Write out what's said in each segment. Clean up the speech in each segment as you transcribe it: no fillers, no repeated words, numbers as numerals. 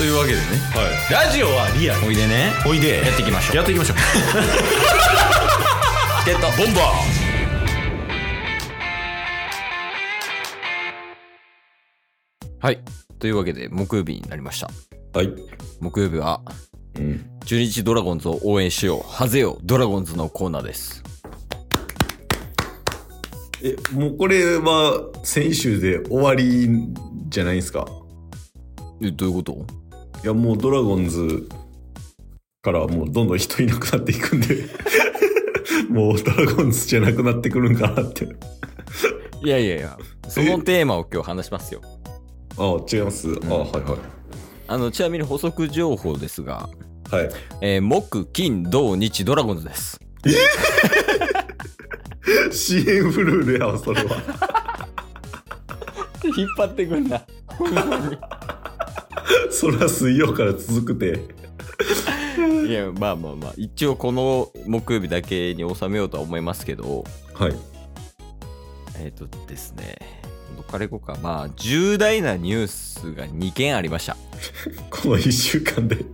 というわけでね、 ラジオはリアル。 おいでね、 おいでやっていきましょう。 やっていきましょう。 チケットボンバー。はい、というわけで木曜日になりました。 はい。 木曜日は、中日ドラゴンズを応援しよう、ハゼよドラゴンズのコーナーです。 もうこれは先週で終わりじゃないですか。 どういうこと？ いや、もうドラゴンズからもうどんどん人いなくなっていくんでもうドラゴンズじゃなくなってくるんかなっていやいやいや、そのテーマを今日話しますよ。 あ、違います。はいはい。 ちなみに補足情報ですが、 はい。 木金土日ドラゴンズです。 支援フルールやわ、それは。 引っ張ってくんな。 そら水曜から続くて。 いや、まあ一応この木曜日だけに収めようとは思いますけど、 はい。 ですね、どっから行こうか。まあ重大なニュースが2件ありました。 この1週間で。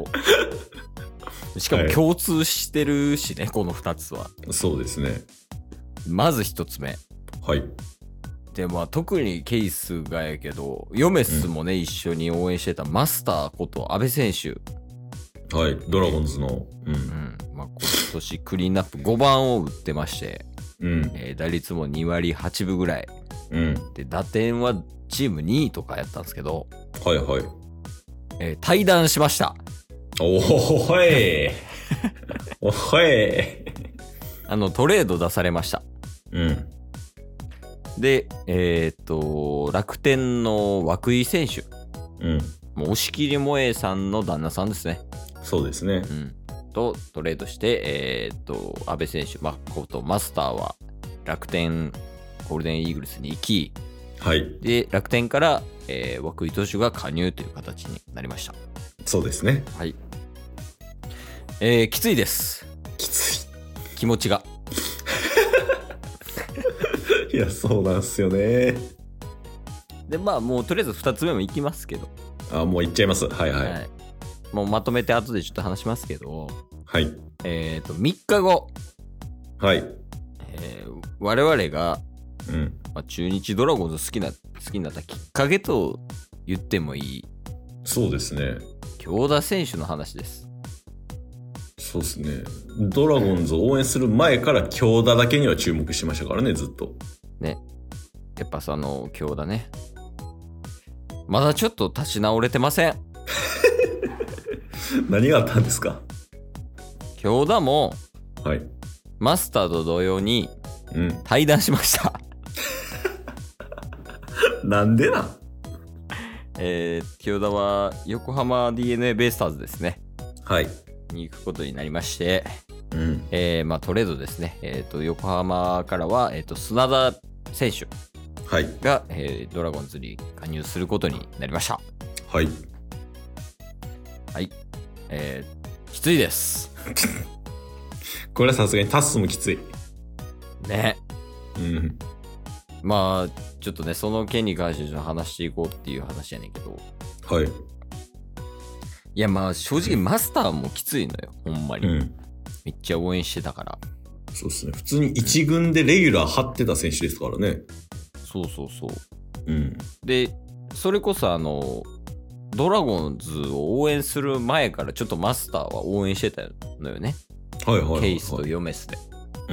そうしかも共通してるしね、この2つは。 そうですね。 まず1つ目。 はい。 で、まあ特にケースがやけど、ヨメスもね、一緒に応援してたマスターこと阿部選手。 はい、ドラゴンズの。 まあ、今年クリーンナップ5番を打ってまして、打率も2割8分ぐらい。で、打点はチーム2位とかやったんですけど、 はいはい。 退団しました。 おほいおほいトレード出されました。で、楽天の涌井選手。もう押切萌えさんの旦那さんですね。 そうですね。 とトレードして、阿部選手、ことマスターは楽天ゴールデンイーグルスに行き、 はい。 で、楽天から、涌井投手が加入という形になりました。 そうですね。 はい。きついです。 きつい。 気持ちが。 いや、そうなんすよね。 で、まあ、もうとりあえず2つ目もいきますけど。 もう行っちゃいます。はいはい。はい、 もうまとめて後でちょっと話しますけど。 はい。 3日後。 はい。 我々が、中日ドラゴンズ好きになったきっかけと言ってもいい。 そうですね。 京田選手の話です。 そうですね。ドラゴンズを応援する前から京田だけには注目してましたからね、ずっと。 ね。やっぱ京田ね。まだちょっと立ち直れてません。 何があったんですか？ 京田も、 はい。 マスターと同様に、退団しました。 なんでなん？ 京田は横浜 DNA ベイスターズですね。 はい。 に行くことになりまして、まあトレードですね。横浜からは、砂田選手が、ドラゴンズに加入することになりました。 はい。 はい。きついです。 これはさすがにタスもきつい。 ね。まあ、ちょっとね、その件に関して話していこうっていう話やねんけど。 はい。 いや、まあ、正直マスターもきついのよ、ほんまに。めっちゃ応援してたから。 そうですね。普通に一軍でレギュラー張ってた選手ですからね。 そう。で、それこそドラゴンズを応援する前からちょっとマスターは応援してたのよね。ケイスとヨメスで。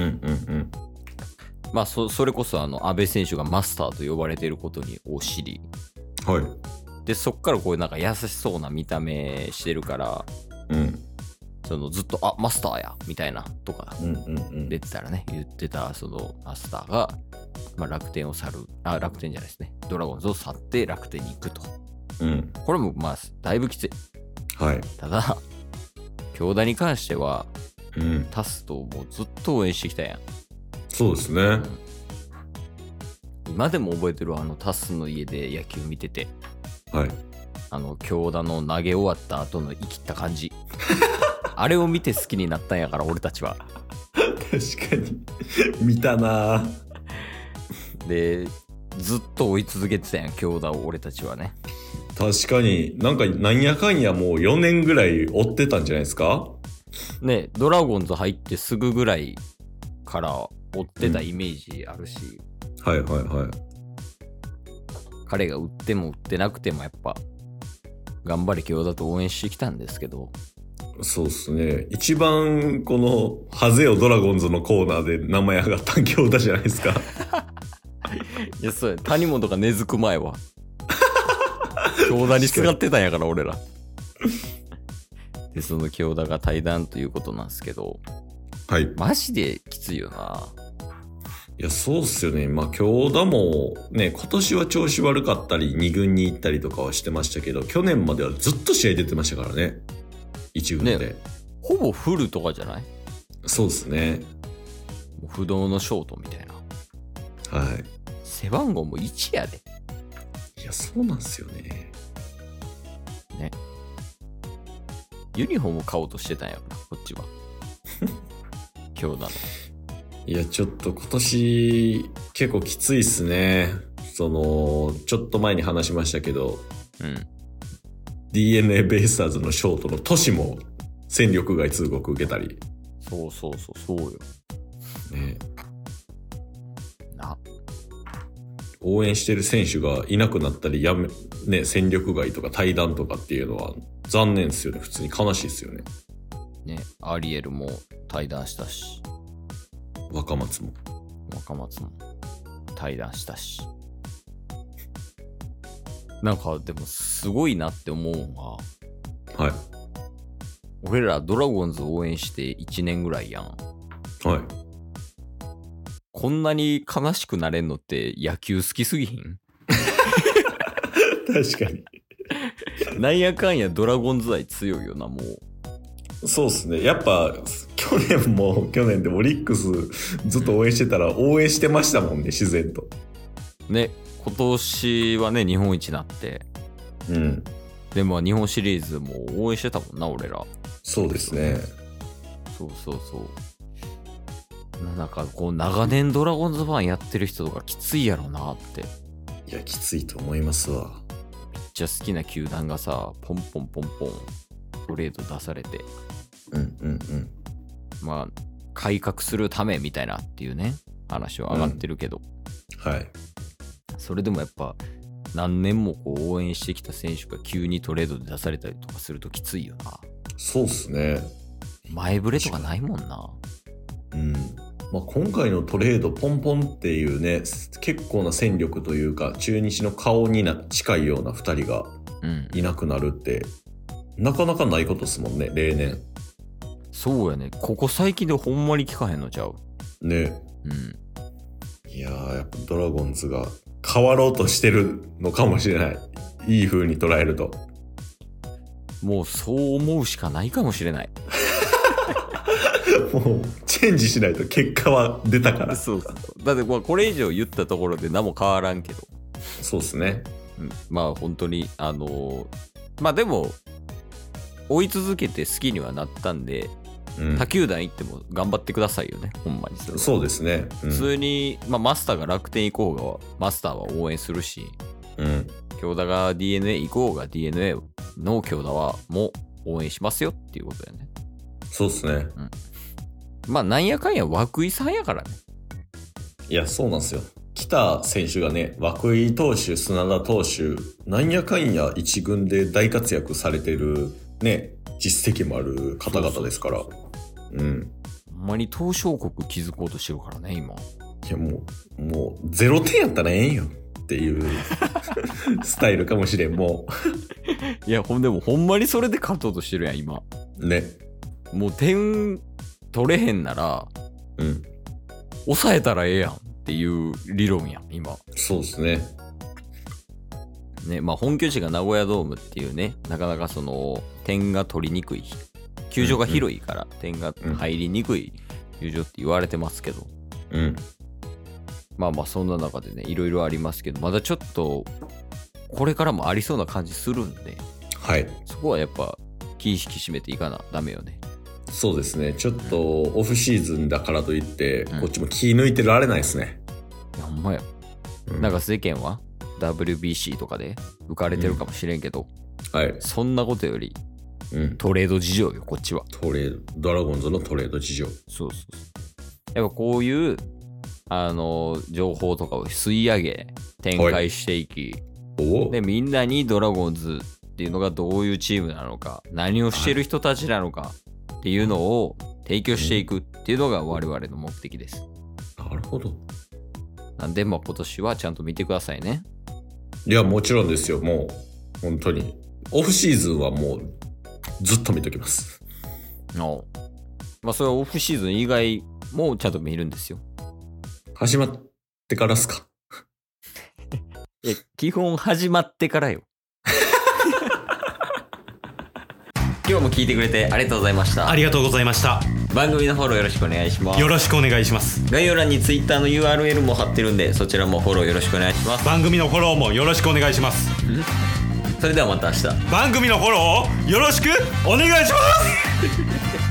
まあそれこそ阿部選手がマスターと呼ばれていることにを知り。 はい。 で、そっからこういうなんか優しそうな見た目してるから、ずっと、マスターやみたいなとか、出てたらね、言ってたそのマスターが、まあ、楽天じゃないですね。ドラゴンズを去って楽天に行くと。これもまあ、だいぶきつい。 はい。 ただ、京田に関しては、タスともうずっと応援してきたやん。 そうですね。 今でも覚えてるタスの家で野球見てて、 はい。 京田の投げ終わった後の生きった感じ。あれを見て好きになったんやから、俺たちは。 確かに。見たな。 で、ずっと追い続けてたやん、京田を俺たちはね。 確かになんかなんやかんやもう4年ぐらい追ってたんじゃないですか。 ね、ドラゴンズ入ってすぐぐらいから追ってたイメージあるし、 はいはいはい。 彼が打っても打ってなくてもやっぱ頑張れ京田と応援してきたんですけど。 そうっすね。一番このハゼよドラゴンズのコーナーで名前上がったん京田じゃないですか。 いや、そうや、谷本が根付く前は京田にすがってたんやから俺ら。で、その京田が退団ということなんですけど、 はい。 マジできついよな。 いや、そうっすよね。まあ、京田もね、今年は調子悪かったり、2軍に行ったりとかはしてましたけど、去年まではずっと試合出てましたからね。1軍で。 ね、ほぼフルとかじゃない？ そうですね。 もう不動のショートみたいな。 はい。 背番号も1やで。 いや、そうなんすよね。 ね。ユニフォーム買おうとしてたんやろな、こっちは。京田の。 いや、ちょっと今年結構きついっすね。ちょっと前に話しましたけど、DNA ベイスターズのショートのトシも戦力外通告受けたり。 そうよ。 ね。応援してる選手がいなくなったり、ね、戦力外とか退団とかっていうのは残念ですよね。普通に悲しいですよね。 ね、アリエルも退団したし。 若松も退団したし。なんかでもすごいなって思うのが、 はい。 俺らドラゴンズ応援して1年ぐらいやん。はい。こんなに悲しくなれんのって野球好きすぎひん？ 確かに。 なんやかんやドラゴンズ愛強いよな、もう。 そうっすね。やっぱ去年でオリックスずっと応援してたら応援してましたもんね、自然と。 ね、今年はね、日本一になって。 うん。 でも日本シリーズも応援してたもんな、俺ら。 そうですね。 そう。なんかこう長年ドラゴンズファンやってる人とかきついやろなって。 いや、きついと思いますわ。 めっちゃ好きな球団がさ、ポンポントレード出されて。まあ、改革するためみたいなっていうね、話は上がってるけど。 はい。 それでもやっぱ、何年もこう応援してきた選手が急にトレードで出されたりとかするときついよな。 そうっすね。 前触れとかないもんな。 まあ、今回のトレードポンポンっていうね、結構な戦力というか中日の顔に近いような2人がいなくなるって、なかなかないことですもんね、例年。 そうやね。ここ最近でほんまに聞かへんのちゃうね。いやー、やっぱドラゴンズが変わろうとしてるのかもしれない。いい風に捉えると。 もうそう思うしかないかもしれない。 もうチェンジしないと結果は出たから。 そう。だってまあこれ以上言ったところで何も変わらんけど。 そうですね。 まあ本当にまあでも追い続けて好きにはなったんで、他球団行っても頑張ってくださいよね、ほんまに。 そうですね。 普通に、まあ、マスターが楽天行こうがマスターは応援するし、京田が DNA 行こうが DNA の京田はもう応援しますよっていうことだよね。 そうですね。 まあなんやかんや涌井さんやからね。 いや、そうなんですよ。来た選手がね、涌井投手、砂田投手、なんやかんや一軍で大活躍されてるね、実績もある方々ですから。ほんまに東証国築こうとしてるからね、今。 いや、もう0点やったらええんよっていうスタイルかもしれん、もう。いや、でもほんまにそれで勝とうとしてるやん、今。 ね。 もう点取れへんなら、抑えたらええやんっていう理論やん、今。 そうですね。 ね、まあ本拠地が名古屋ドームっていうね、なかなか点が取りにくい。球場が広いから点が入りにくい球場って言われてますけど。まあそんな中でね、いろいろありますけど、まだちょっと、これからもありそうな感じするんで、 はい。 そこはやっぱ気引き締めていかなダメよね。 そうですね。ちょっとオフシーズンだからといって、こっちも気抜いてられないですね。 ほんまや。なんか世間は WBC とかで浮かれてるかもしれんけど、 はい。 そんなことより、トレード事情よ、こっちは。 ドラゴンズのトレード事情。 そう。やっぱこういう、情報とかを吸い上げ、展開していき、で、みんなにドラゴンズっていうのがどういうチームなのか、何をしてる人たちなのかっていうのを提供していくっていうのが我々の目的です。 なるほど。 なんで、今年はちゃんと見てくださいね。 いや、もちろんですよ。もう、本当に。オフシーズンはもう、ずっと見ときます。 それはオフシーズン以外もちゃんと見るんですよ。 始まってからっすか？ 基本始まってからよ。今日も聞いてくれてありがとうございました。 ありがとうございました。 番組のフォローよろしくお願いします。 よろしくお願いします。 概要欄に Twitter の URL も貼ってるんで、そちらもフォローよろしくお願いします。 番組のフォローもよろしくお願いします。 それではまた明日。 番組のフォローをよろしくお願いします。